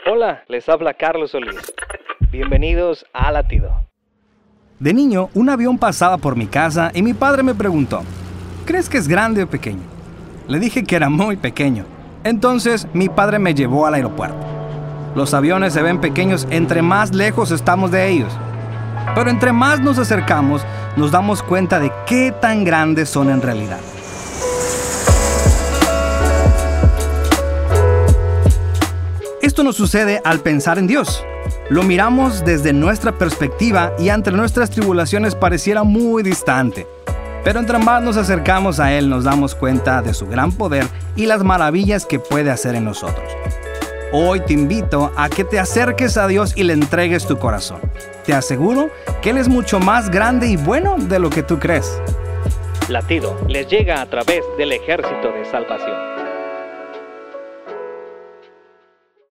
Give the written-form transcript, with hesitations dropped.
Hola, les habla Carlos Solís. Bienvenidos a Latido. De niño, un avión pasaba por mi casa y mi padre me preguntó, ¿crees que es grande o pequeño? Le dije que era muy pequeño. Entonces, mi padre me llevó al aeropuerto. Los aviones se ven pequeños entre más lejos estamos de ellos. Pero entre más nos acercamos, nos damos cuenta de qué tan grandes son en realidad. Esto nos sucede al pensar en Dios. Lo miramos desde nuestra perspectiva y ante nuestras tribulaciones pareciera muy distante. Pero entre más nos acercamos a Él, nos damos cuenta de su gran poder y las maravillas que puede hacer en nosotros. Hoy te invito a que te acerques a Dios y le entregues tu corazón. Te aseguro que Él es mucho más grande y bueno de lo que tú crees. Latido les llega a través del Ejército de Salvación.